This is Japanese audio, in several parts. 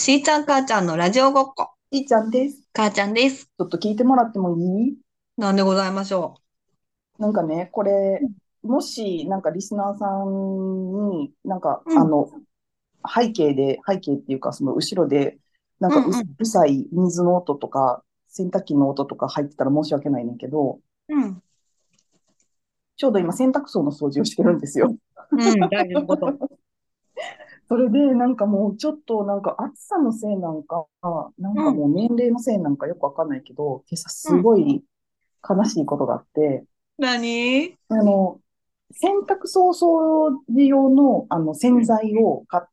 しーちゃん母ちゃんのラジオごっこ。 いいちゃんです。 母ちゃんです。 ちょっと聞いてもらってもいい？ なんでございましょなんかね、これ、 う。 もし、リスナーさんに、 うん、 背景っていうか、その後ろで、 うん、 ううん、 るさい水の音とか、洗濯機の音とか入ってたら申し訳ないねんけど、 うん、 ちょうど今洗濯槽の掃除をしてるんですよ。 うん、大事なこと。 それで、もうちょっと、暑さのせいなんか、 うん、 もう年齢のせいなんかよくわかんないけど、今朝うん。 すごい悲しいことがあって、 何？ あの、洗濯槽掃除用の、洗うん、 剤を買って、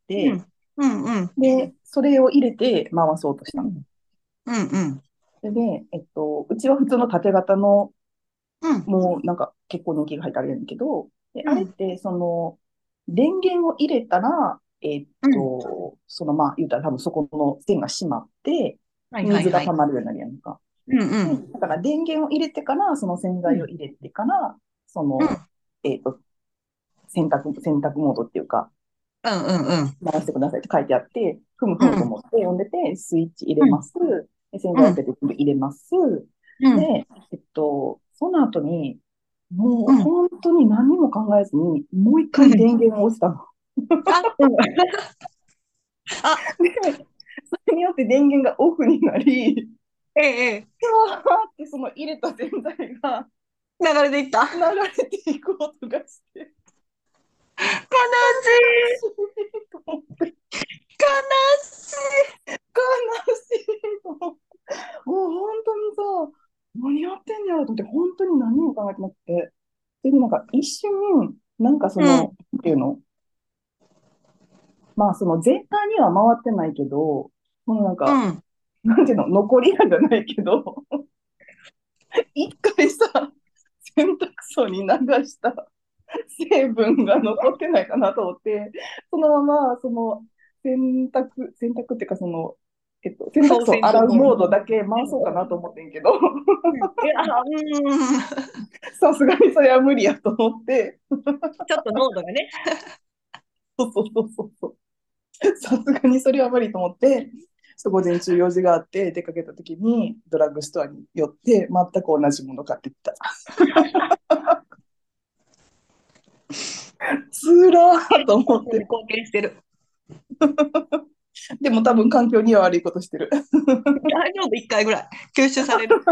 うん、うん、うん、 で、それを入れて回そうとしたの。 うん、うん、うん、 で、うちは普通の縦型の、 うん、 もう結構年季が入ってあるんやけど、で、 うん、 あれって、電源を入れたら、 うん。 言うたら多分そこの線が閉まって、 はいはい水がはい。 溜まるようになるやんか。 うん、うで、 ん、 だから電源を入れてから、その洗うん、 剤を入れてから、そうん、 の、えっと、洗濯モードっていうか、 うん、うん、 回してくださいって書いてあって、ふむふうん、うん、 むと思って読んでて、スイッチ入れうん、 ます。で洗剤をペット入れます。 うん、 で、その後に、もううん、 本当に何も考えずに、もう一うん。 回電源を押したの。 あ、うん。あ、 で、それによって電源がオフになり、 ええ、ええ。 キャーってその入れた洗剤が流れていった。 流悲れていく音がして、 しい。 悲しいと思って、 悲しい。 悲しいと思って。もう本当にさ、何やってんのやろと思って、本当に何も考えてなくて。で、一瞬、 うん、 なんていうの、その絶対には回ってないけど、そのうん。 なんていうの、残りがじゃないけど、一回さ、洗濯槽に流した成分が残ってないかなと思って、そのまま、洗濯っていうか、洗濯そう槽せんとこう。 洗うモードだけ回そうかなと思ってんけど、 うん。いや、うん。 さすがにそれは無理やと思って、 ちょっと濃度がね。 そうそうそうそうそう。さすがにそれは無理と思って、午前中用事があって出かけた時にドラッグストアに寄って全く同じもの買ってきた。つらーと思って。 貢献してる。 でも多分環境には悪いことしてる。 大丈夫、一回ぐらい。吸収される。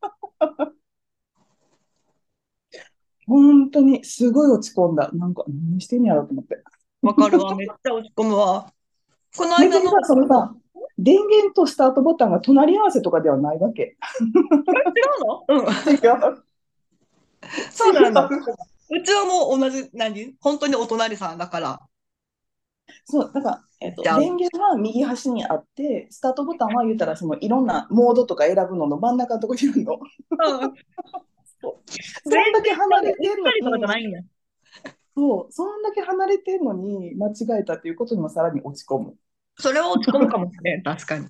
本当にすごい落ち込んだ。何してんやろうと思って。 わかるわ、めっちゃ落ち込むわ。この間の、 別にさ、電源とスタートボタンが隣り合わせとかではないわけ。 違うの？うん。 違う。違そうなんだ。 う。 うちはもう同じ、本当にお隣さんだから、 そう、 ちゃう。 電源は右端にあって、スタートボタンは言ったら、いろんなモードとか選ぶのの真ん中のところにあるの。 うん。 そう全然そんだけ離ちゃうで、うっれてんのかりとかじゃなに、 いんや。 そう、そんだけ離れてんのに、間違えたっていうことにもさらに落ち込む。 それは落ち込むかもしれん、確かに。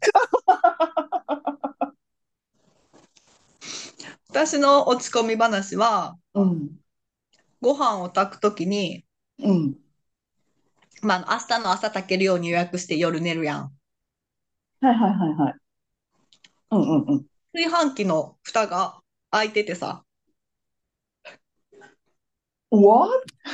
私の落ち込み話は、 うん、 ご飯を炊くときに、 うん。 まあ、明日の朝炊けるように予約して夜寝るやん。 はいはいはいはい。うんうんうん。 炊飯器の蓋が開いててさ、 うわ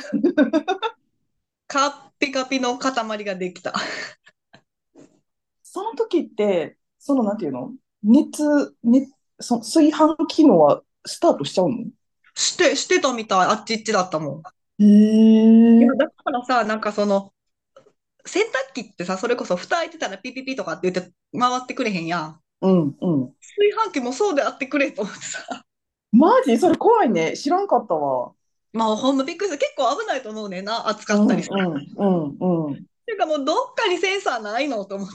カッピカピの塊ができた。 その時って、なんていうの熱、ね、炊飯機能はスタートしちゃうの？ してたみたい。あっちっちだったもん。 へいや、 え。 だからさ、洗濯機ってさ、それこそ蓋開いてたらピピピとかって言って回ってくれへんやん。 うんうん。 炊飯器もそうであってくれと思ってさ。 マジそれ怖いね。知らんかったわ。 まあ、ほんまびっくりした。結構危ないと思うねんな。暑かうんったりさ。 うんうんうん。 ていうかもうどっかにセンサーないのと思って。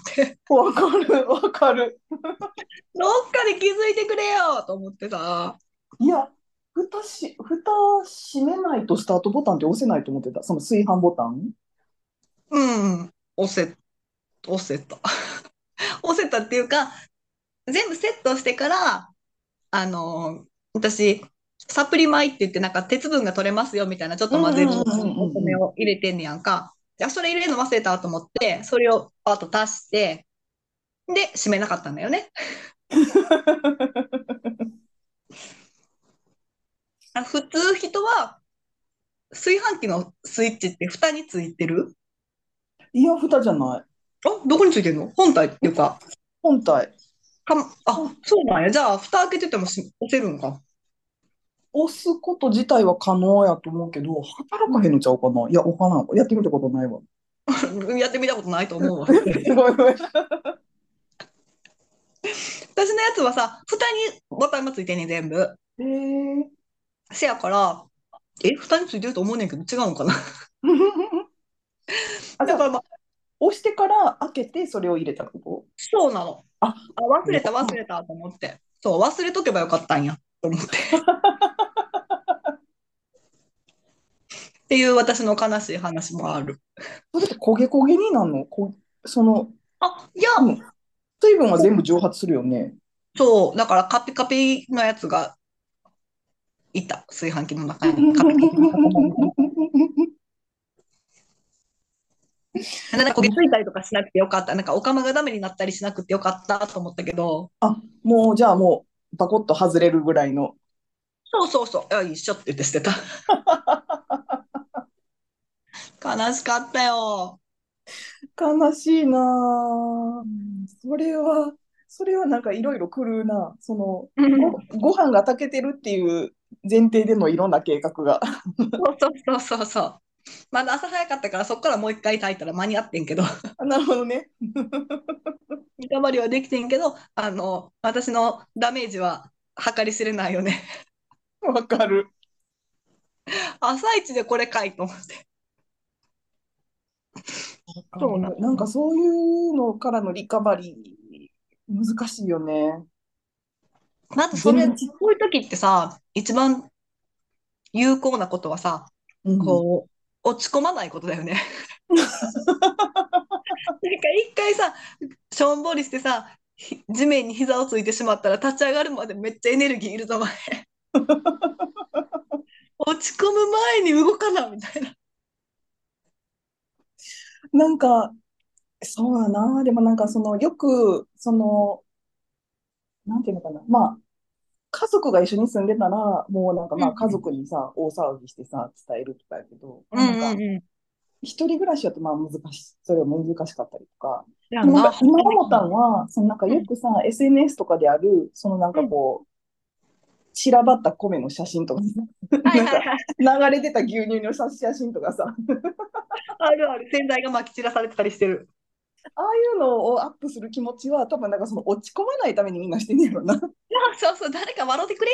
わかるわかる。 どっかで気づいてくれよと思ってさ。 いや、蓋閉めないとスタートボタンって押せないと思ってた。その炊飯ボタン。 うん。押せた。押せたっていうか、全部セットしてから、私、サプリ米って言ってなんか鉄分が取れますよみたいなちょっうんと混ぜるうんうんおうん米を入れてんねやんか。じゃあそれ入れるの忘れたと思って、それをパッと足して、 で、閉めなかったんだよね。普通人は炊飯器のスイッチって蓋についてる？ いや、蓋じゃない。 どこについてるの？本体っていうか、 本体。 そうなんや。じゃあ、蓋開けてても押せるんか。 押すこと自体は可能やと思うけど、働かへんのちゃうかな。いや、わからん。やってみたことないわ。 やってみたことないと思うわ。 すごい、すごい。 私のやつはさ、蓋にボタンがついてんねん、全部。 えー、 せやから、蓋についてると思うねんけど、違うんかな。 あ、じゃあ、 だからまあ、 押してから開けてそれを入れたこと？ そうなの。 あ、 忘れた、忘われたと思って。そう、忘れとけばよかったんや、と思って。っていう私の悲しい話もある。 それって焦げ焦げになるの？その、 いや、 うん、水分は全部蒸発するよね。 そう、だからカピカピのやつがいた。炊飯器の中にカピカピの塊が。なんか焦げついたりとかしなくてよかった。なんかお釜がダメになったりしなくてよかったと思ったけど、 あ、もう、じゃあもう、バコッと外れるぐらいの。 そうそうそう、一緒って言って捨てた。悲しかったよ。 悲しいなぁ。 うん。 それは、それはなんかいろいろ狂うな。 うん。 ご飯が炊けてるっていう前提でのいろんな計画が。 そうそうそうそうそう。まだ朝早かったからそこからもう一回炊いたら間に合ってんけど、 なるほどね。 リカバリーはできてんけど、私のダメージは計り知れないよね。 わかる。 朝一でこれかいと思って。 わかそうなる。なんかそういうのからのリカバリー、難しいよね。 の。まず全日。 こういう時ってさ、一番有効なことはさ、 うん。 こ落ち込まないことだよね。なんか一回さ、しょんぼりしてさ、地面に膝をついてしまったら立ち上がるまでめっちゃエネルギーいるぞ、お前。落ち込む前に動かな、みたいな。 なんか、そうやな。でもなんかよく、なんていうのかな。まあ、家族が一緒に住んでたら、もうなんかまあ家うん族にさ、大騒ぎしてさ、伝えるとかやけど、 うん。うまあなんか、 んうんうん。 一人暮らしだとまあ難しい、それは難しかったりとか、でもなんかやんな、発今思った散できない。 んは、なんかうんよくさ、SNS とかである、なんうん。 か散らばった米の写真とかさ、なんかはいはいはい。 流れてた牛乳の写真とかさ、 あるある。洗剤がまき散らされてたりしてる。 ああいうのをアップする気持ちは、多分なんか落ち込まないためにみんなしてんねやろな。 いや、そうそう、誰か笑ってくれ。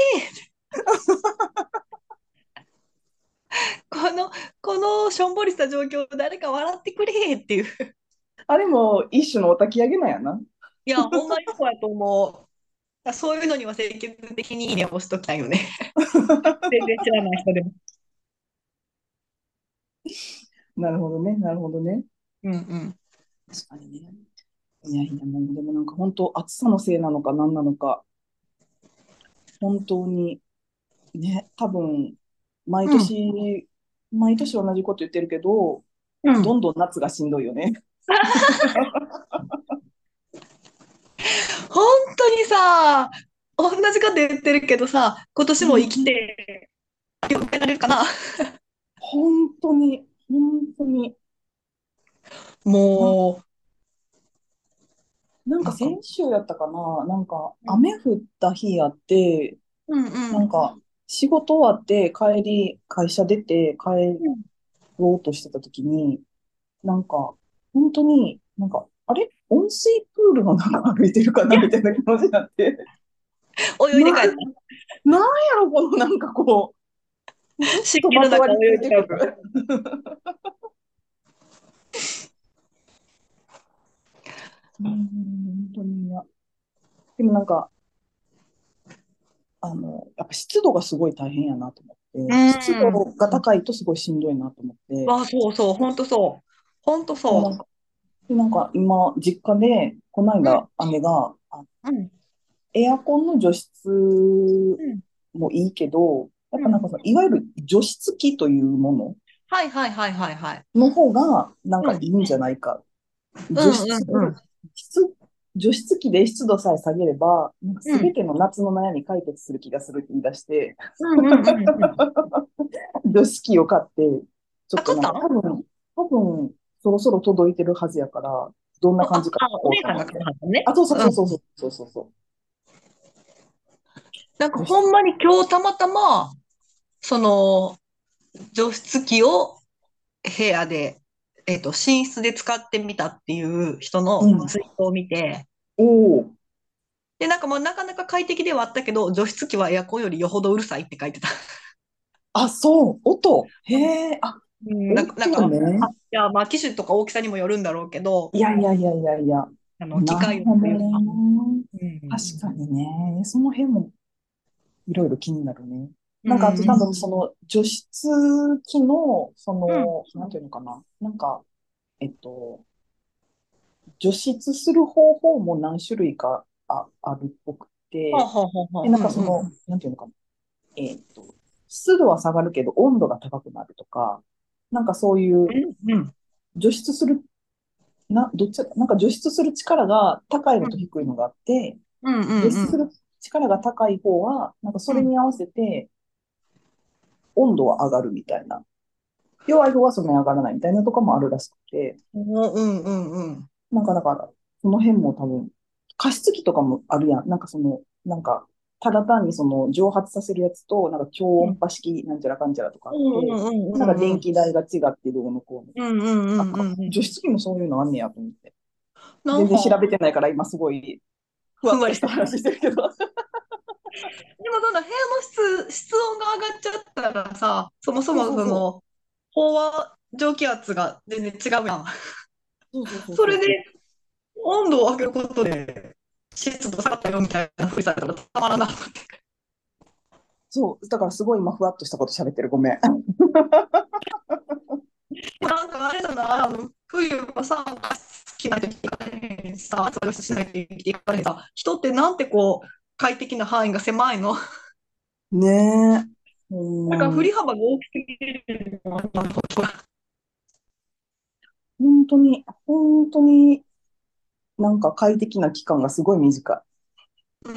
この、このしょんぼりした状況、誰か笑ってくれっていう。 あれも一種のお焚き上げなんやな。 いや、ほんまにそうやと思う。そういうのには積極的にいいね押しときたいよね。全然知らない人でも。 なるほどね、なるほどね。 うんうん。 確かにね。いやいや、もうでもなんか本当暑さのせいなのか何なのか、本当にね、多分、毎うん。 年、毎年同じこと言ってるけど、 うん。 どんどん夏がしんどいよね。 本当にさ、同じこと言ってるけどさ、今年も生きて、迎えられるかな。 本当に、本当に、な、 もなんなんか、 か先週やったかな、なんかうん、 雨降った日やって、 うんうん。 なんか仕事終わって会社出て帰うん。 ろうとしてた時に、なんか、本当に、なんか、あれ温水プールの中歩いてるかなみたいな気持ちになって、な、 泳いで帰った。 なんやろ、このなんかずっと湿気の中まとわりつ泳いで帰った。 いてくる。本当に嫌。でもなんか、やっぱ湿度がすごい大変やなと思うって、湿度ん。 が高いとすごいしんどいなと思って、 そうそう、本当そう。本当そでなんか、なんか今、実家で、このう。うん、 間、姉が、 うん、 エアコンの除湿うん、 もいいけど、やっうん。 ぱなんかいわゆる除湿機というもはいはいはいはいはい。 のの方が、なんうん、 かいいんじゃないか。 うん、うん、うん。 湿除湿機で湿度さえ下げれば、なんかうん。 全ての夏の悩み解決する気がするって言い出して、 うんうんうんうん。 除湿機を買って、ちょあ、 っとなんか買ったん？ 多分、そろそろ届いてるはずやから、どんな感じか聞おこう姉さんが買っと思って。 たんね。 あ、そうそううん。 そうそうそうそうそう。 なんか除湿、 ほんまに今日たまたま、その、除湿機を部屋で、寝室で使ってみたっていう人うん。 のツイートを見て、 おお。 で、なんかもうなかなか快適ではあったけど、除湿機はエアコンよりよほどうるさいって書いてた。 あ、そう、音。へえ、あ、 うん、なんか、 音ね。 いや、まあ、機種とか大きさにもよるんだろうけど、 いやいやいやいやいや。 機なる械音ほどというか、 ね。 うん、 確かにね。その辺もいろいろ気になるね。 うなんか、あと多ん、 分、その、除湿機の、そうん、 の、なんていうのかな。なんか、えっと、除湿する方法も何種類かあるっぽくて、 ほうほうほうほで、 う、 なんうん、うん。 かその、なんていうのかな。湿度は下がるけど温度が高くなるとか、なんかそういううんうん。 除湿する、どっちだなんか除湿する力が高いのとうん低いのがあって、 うんうんうん。 除湿する力が高い方は、なんかそうんれに合わせて温度は上がるみたいな。弱い方はそんなに上がらないみたいなとかもあるらしくて、 うんうんうん。 なんかだから、その辺も多分、加湿器とかもあるやん。なんかその、なんか、ただ単にその蒸発させるやつと、なんか超音波式なんちゃらかんちゃらとかあうって、 んうんうんなんかうんうん。 電気代が違ってどうのこうの。 うんうんうあ、 んうんうん。 除湿器もそういうのあんねやと思って。全然調なんか、 べてないから今すごいふわふんっとしたわりしてる。 話してるけど。 でもその部屋の室温が上がっちゃったらさ、そもそそうもそうそう。 飽和蒸気圧が全然違うやん。 そうそうそうそれでそうそう。 温度を上げることで湿度下がったよみたいなふりされたらたまらなくて。 そう。だからすごい今ふわっとしたこと喋ってる。ごめん。 なんかあれだな、冬はさ、好きな時がね、さ、それをしないと生きていかないさ、人ってなんてこう、快適な範囲が狭いの。 ねえ。ほんだから振まに。 り幅が大きすぎるの。 本当になんか快適な期間がすごい短うん、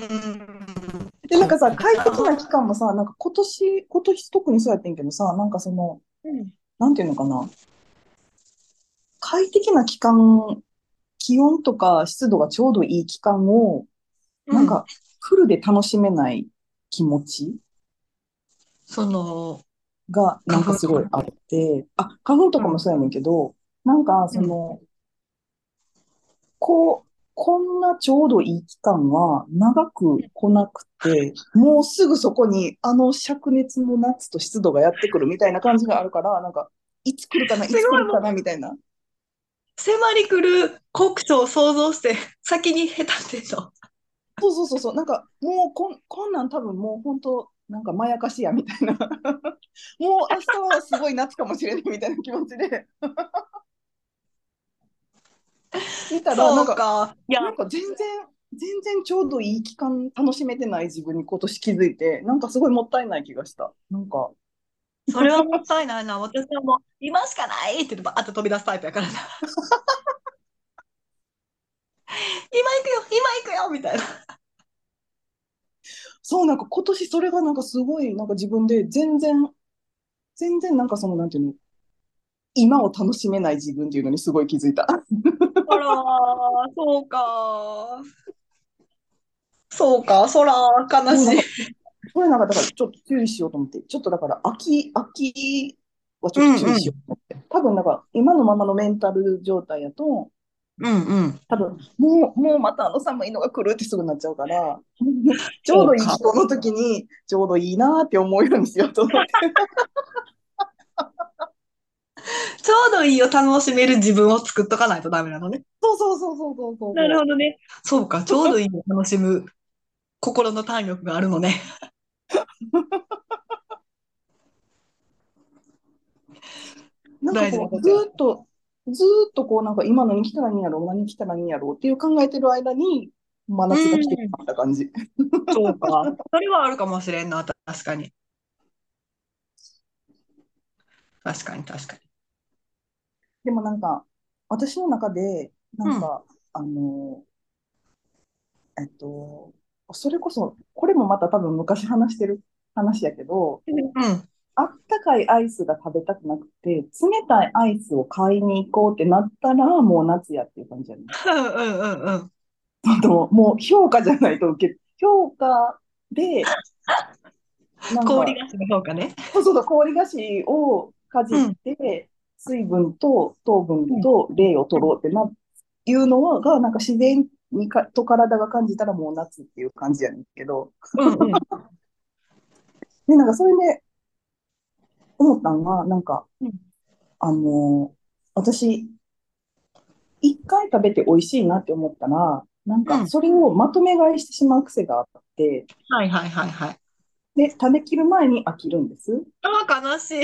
い。で、なんかさ、 そう快適な期だな。 間もさ、なんか今年特にそうやってんけどさ、なんかその、 うん、 なんていうのかな、快適な期間、気温とか湿度がちょうどいい期間を、 うん。 なんかフルで楽しめない気持ちその、 がなんか花粉とか。 すごいあって、あ、花粉とうん、 かもそうやねんけど、なんかうん。 その、こんなちょうどいい期間は長く来なくて、もうすぐそこにあの灼熱の夏と湿度がやってくるみたいな感じがあるから、なんか、いつ来るかな、いすごいもう、 つ来るかな、みたいな。 迫り来る酷暑を想像して、先に下手ってんの。 そうそうそうそう、なんか、もうこんなん多分もう本当、なんかまやかしや、みたいな。もう明日はすごい夏かもしれないみたいな気持ちで、見たら、 そうか。いや、 なんか全然ちょうどいい期間楽しめてない自分に今年気づいて、なんかすごいもったいない気がした。なんか、 それはもったいないな。私はもう、今しかないって言ってバーッと飛び出すタイプやからな。今行くよ、今行くよみたいな。 そう、なんか今年それがなんかすごい、なんか自分で全然なんかその、なんていうの、今を楽しめない自分っていうのにすごい気づいた。 あらー、そうか。そうか、そら、悲そう、 しい。 これなんかだからちょっと注意しようと思って、ちょっとだから秋はちうょっとんうん。 注意しようと思って。多分なんか今のままのメンタル状態やと、 うんうん。 多分もうまたあの寒いのが来るってすぐなっちゃうから、ちょうどいいそうか。 気候の時にちょうどいいなって思うようにしようと思って。 ちょうどいいを楽しめる自分を作っとかないとダメなのね。 そうそうそうそうそうそうなるほそどね。そうか、ちょうどいいを楽しむ心の体力があるのね。 う。なんか大事なこう、 ことや。 ずーっとこうなんか今のに来たらいいんやろう、何来たらいいんやろうっていう考えてる間に真う夏が来てしん。 まった感じ。 そうか。それはあるかもしれんな、確かに。確かに、確かに。 でもなんか、私の中で、なうん。 んか、あの、 えっと、それこそ、これもまた多分昔話してる話やけど、 うん。うん。 あったかいアイスが食べたくなくて、冷たいアイスを買いに行こうってなったら、もう夏やっていう感じやね。 うんうんうん。 もう評価じゃないと評価で、なんか、 氷菓子の方かね。 そうそうそう、氷菓子をかじっうん。 て、水分と糖分うん。 と霊を取ろうっていうのが、なんか自然と体が感じたらもう夏っていう感じやねんけど、 うんうん。 で、なんかそれで思ったのが、なんか、 うん。 あの私、一回食べて美味しいなって思ったら、なんか、 うん。 それをまとめ買いしてしまう癖があって、 はいはいはいはい。 で、食べきる前に飽きるんです。 ああ、悲しい。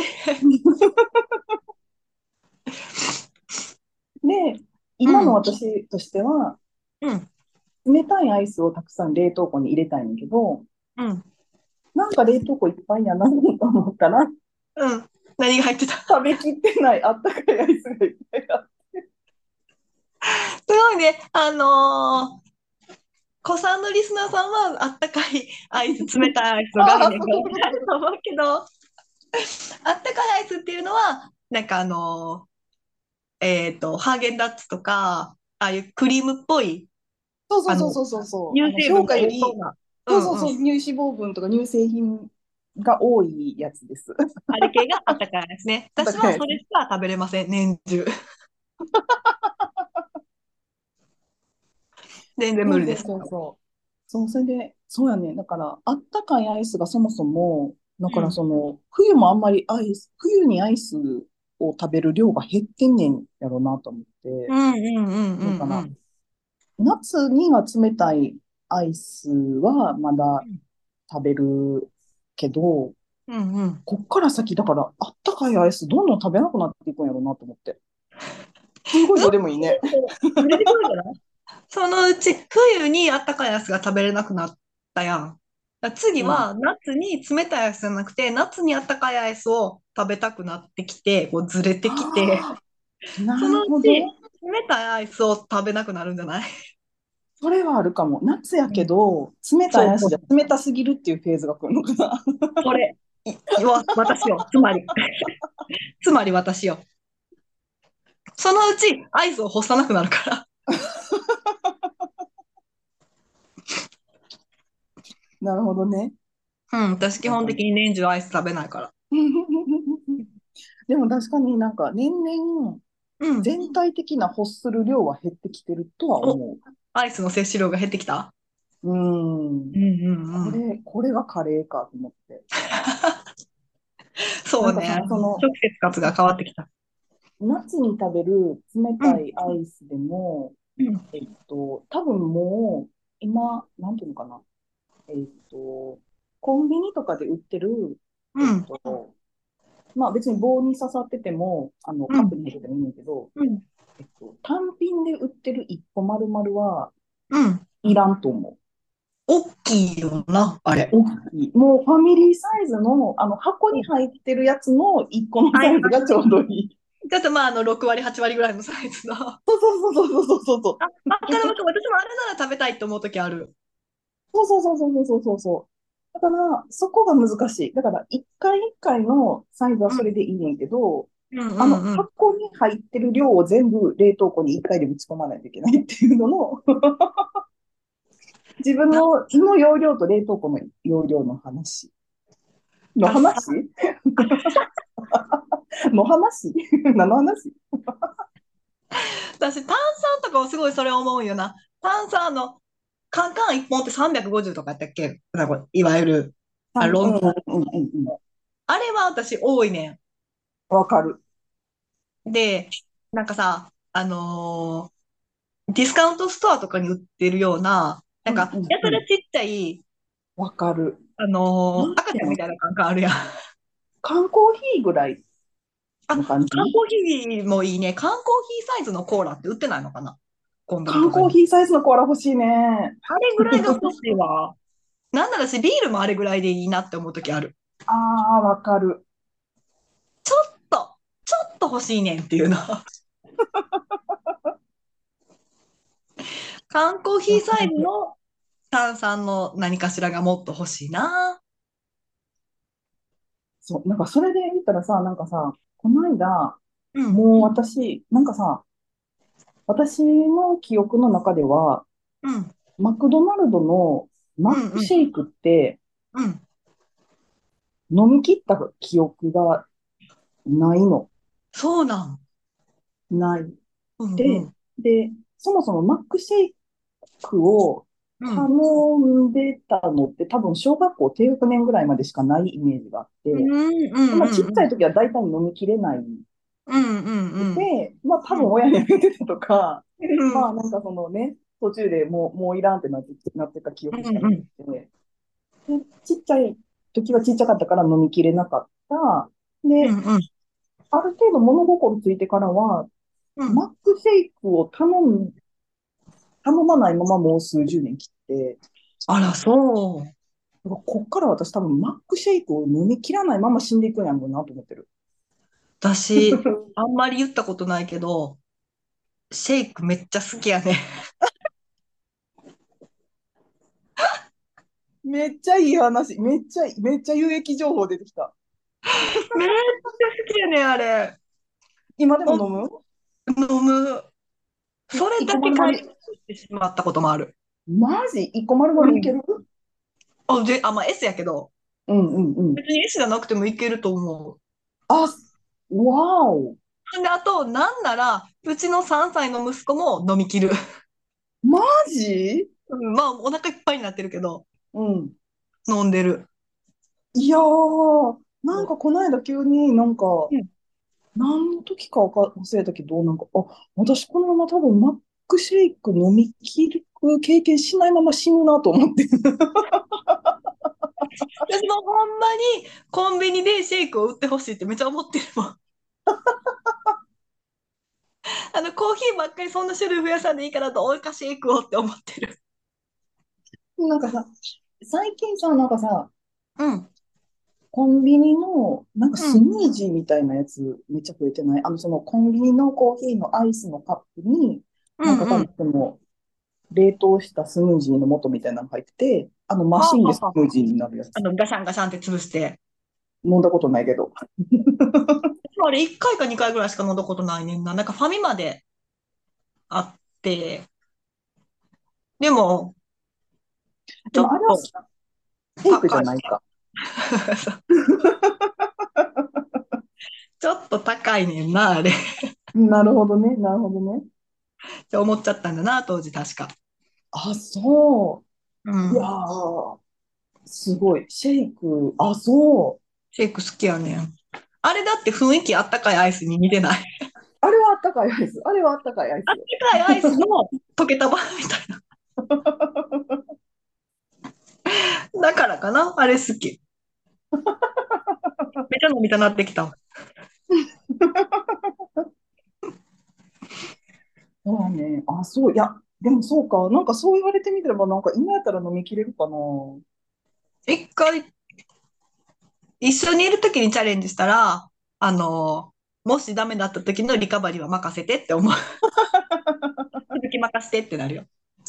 で、 う今のん。 私としては、 うん。 冷たいアイスをたくさん冷凍庫に入れたいんだけど、 うん。 なんか冷凍庫いっぱいやなと思ったら、 うん。何が入ってた？ 食べきってないあったかいアイスがいっぱいあって。 すごいね。子さんのリスナーさんはあったかいアイス、冷たいアイスの概ああ、 念がそういうこと、 あると思うけど、あったかいアイスっていうのは、なんかハーゲンダッツとか、ああいうクリームっぽい、 そうそうあの、 そうそうそうそう。評乳成分が価より、 多そうな。うんうん。 そうそうそう、乳脂肪分とか乳製品が多いやつです。 あれ系があったかいですね。私はだからやつ。 それしか食べれません、年中。全然そうそう無理です。 そうそう。そう、それで、そうやね。だから、あったかいアイスがそもそも、だからうん。 冬もあんまり冬にアイスを食べる量が減ってんねんやろうなと思って。 うんうんうんうだから、 んうん。 夏には冷たいアイスはまだ食べるけど、 うんうん。 こっから先、だから、あったかいアイスどんどん食べなくなっていくんやろうなと思って。すごいどうどうでもいいね。 ずれてくるんじゃない？そのうち冬にあったかいアイスが食べれなくなったやん。次うん。 は夏に冷たいアイスじゃなくて、夏にあったかいアイスを食べたくなってきて、こうずれてきて、 ああ、なそのうるほど。 ち冷たいアイスを食べなくなるんじゃない？ それはあるかも。夏やうん。 けど、冷たいアイスじゃそうそう。 冷たすぎるっていうフェーズが来るのかな。 それ、私よ。つまり、つまり私よ。そのうちアイスを干さなくなるから。 なるほどね。 うん、私基本的に年中アイス食べないから。 でも確かになんか年々 うん。 全体的な欲する量は減ってきてるとはお、 思アイスの摂取量が減ってきた？ う。うん。 うんうんうん。 これがカレーかと思って。なんかさ、 そうね。食生活が変わってきた。 夏に食べる冷うん。 たいアイスでも、 うん。 多分もう、今、なんていうのかな。コンビニとかで売ってる、えっうん。 と、まあ別に棒に刺さってても、 うん。 カップに入れてもいいんだけど、 うん。 単品で売ってる1個丸々はうん。 いらんと思う。 大きいよな、あれ。 大きい。もうファミリーサイズの、箱にうん。 入ってるやつの1個のはいはい。 サイズがちょうどいい。 ちょっとまあ、6割、8割ぐらいのサイズの。あ、 そうそうそうそうそうそうそう。 わかるわかる。私もあれなら食べたいと思うときある。 そうそうそうそうそうそうそう。だから、そこが難しい。だから、一回一回のサイズはうん。 それでいいねんけど、 うんうんうん。 箱に入ってる量を全部冷凍庫に一回でぶち込まないといけないっていうのの、自分な、 の容量と冷凍庫の容量の話。のたさ、 話の話何の話？ 私、炭酸とかはすごいそれ思うよな。炭酸カンカン1本って350とかやったっけ？なんかいわゆる、ロング。 うんうんうんうん。 あれは私多いねわかる。 ん。で、なんかさ、ディスカウントストアとかに売ってるような、なんか、 うんうんうん。 やたらちっちゃい、 わかる。なん赤ちゃんみていうの、 たいなカンカンあるやん。 缶コーヒーぐらいあ、 の感じ。 缶コーヒーもいいね。缶コーヒーサイズのコーラって売ってないのかな？コンビニとかに。 缶コーヒーサイズのコーラ欲しいね。 あれぐらいが欲しいわ。なんなら私、ビールもあれぐらいでいいなって思うときある。 ああ、わかる。 ちょっと、ちょっと欲しいねんっていうの。缶コーヒーサイズの炭酸の何かしらがもっと欲しいな。 そう、なんかそれで言ったらさ、なんかさ、この間、 うん、 もう私、なんかさ、私の記憶の中では、 うん、 マクドナルドのマッうん、うん、 クシェイクってうん。 飲み切った記憶がないの。 そうなん。 ない。 うん、うで、 ん、 で、そもそもマックシェイクを頼うん。 んでたのって多分小学校低学年ぐらいまでしかないイメージがあっうん、 て、 うん、 まあ、 うん、うん。 ちっちゃい時は大体飲みきれないうん、うん、うん。 で、まあ多うん、 分親にあげてたとか、 うん、 まあなんかそのね、途中でもういらんってなってた記うん、 憶しかなくうん。 て、で、ちっちゃい時はちっちゃかったから飲みきれなかった。で、 うん、うん、 ある程度物心ついてからは、 うん。 マックシェイクを頼まないままもう数十年切って、 あら、そう。 だからこっから私多分マックシェイクを飲み切らないまま死んでいくんやろうなと思ってる。 私、あんまり言ったことないけど、シェイクめっちゃ好きやね。 めっちゃいい話。めっちゃ有益情報出てきた。 めっちゃ好きやね、あれ。 今でもほん飲む？ 飲む。それ一個だけ丸々 解決してしまったこともある。 マジ一個丸うん。 々いける？ まあ S やけど、 うんうんうん。 別に S じゃなくてもいけると思う。 あ、わお。 で、あと、なんなら、うちの3歳の息子も飲み切る。 マジ？ うん、まあ、お腹いっぱいになってるけど、 うん。 飲んでる。 いやー、なんかそこの間急になんか、 う。うん。 何の時か忘れたけど、なんか、私このまま多分マックシェイク飲み切る経験しないまま死ぬなと思って。 私もほんまにコンビニでシェイクを売ってほしいってめっちゃ思ってるもん。コーヒーばっかりそんな種類増やさんでいいからどうかシェイクをって思ってる。 なんかさ、最近さ、なんかさ、 うん。 コンビニの、なんかスうん。 ムージーみたいなやつめっちゃ増えてない？そのコンビニのコーヒーのアイスのカップに、なんか多うんうん。 分その冷凍したスムージーの素みたいなのが入ってて、マはあシンではあはあ。 スムージーになるやつ。 ガシャンガシャンって潰して。 飲んだことないけど。 あれ1回か2回ぐらいしか飲んだことないねんな。なんかファミマであって、でも、ちでもあれはょっとシェイクじ高い。 ゃないか。 ちょっと高いねんな、あれ。っなるほどね、なるほどね。 て思っちゃったんだな、当時確か。 あ、そうう。いやん。 ー、すごい。シェイク、あ、そう。 シェイク好きやねん。あれだって雰囲気あったかいアイスに似てない？ あれはあったかいアイス。あれはあったかいアイあっスよ。 たかいアイスの溶けた版みたいな。だからかな、あれ好き。めっちゃ飲みたなってきた。 そうだね。あ、そう。いや、でもそうか。なんかそう言われてみれば、なんか今やったら飲みきれるかな。 一回、一緒にいるときにチャレンジしたら、あの、もしダメだった時のリカバリーは任せてって思う。続き任せてってなるよ。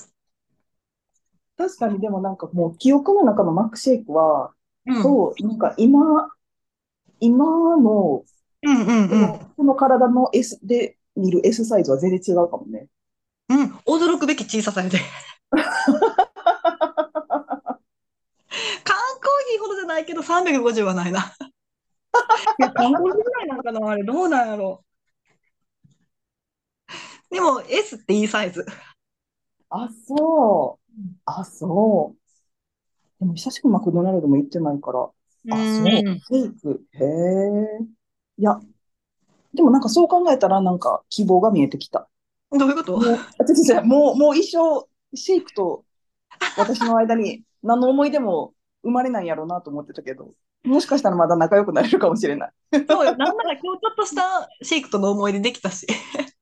確かに、でもなんかもう記憶の中のマックシェイクは、 うん。 そう、なんか今の、 うんうんうん。 この体の S で見る S サイズは全然違うかもね。 うん。驚くべき小ささやで。缶コーヒーほどじゃないけど350はないな。いや、缶コーヒーぐらいなんかなあれ、どうなんやろう。でも S っていいサイズ。 あ、そう。あ、そう。でも久しくマクドナルドも行ってないから。 うあ、そう。 ん。 フェイク。へえ。いや、でもなんかそう考えたらなんか希望が見えてきた。 どういうこと？ 違うもう一生、シェイクと私の間に何の思い出も生まれないんやろうなと思ってたけど、もしかしたらまだ仲良くなれるかもしれない。 そうよ。なんなら今日ちょっとしたシェイクとの思い出できたし。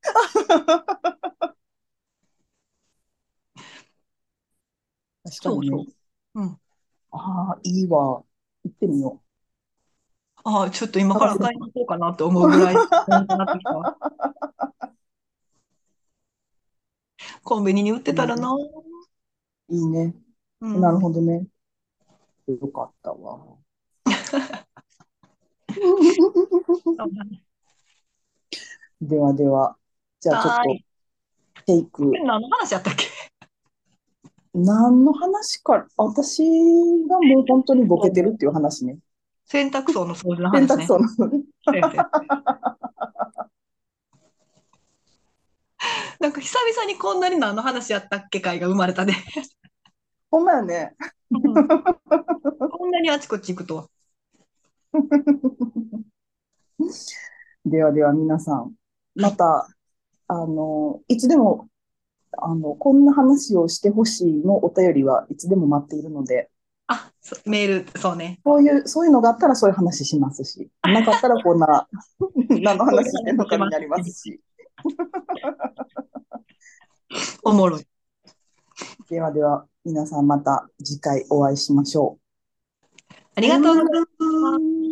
確かにね。 そうそう。うん。 ああ、いいわ。行ってみよああ、ちょっと今う。 から探せるか。 買いに行こうかなって思うぐらい、なんとなってきた。コンビニに売っていいね。 たらな。 いいね。 なるうん。 ほどね。よかったわ。 そうだね。 ではでは、じゃあちょっとはーい。 テイク、 これ何の話やったっけ？ 何の話か、私がもう本当にボケてるっていう話ね。 洗濯槽の掃除の話ね。 洗濯槽なのね。 そうやそうや。なんか久々にこんなに何の話やったっけ会が生まれたね。 ほんまやね。 うん。こんなにあちこち行くとは。 ではでは皆さん、 はい。 また、いつでも、こんな話をしてほしいのお便りはいつでも待っているので、 メール、そうね。 そういうのがあったらそういう話しますし、なかったらこんな、何のこういう話してんの話します。 かになりますし。 おもろい。 ではでは、皆さんまた次回お会いしましょう。 ありがとうございます。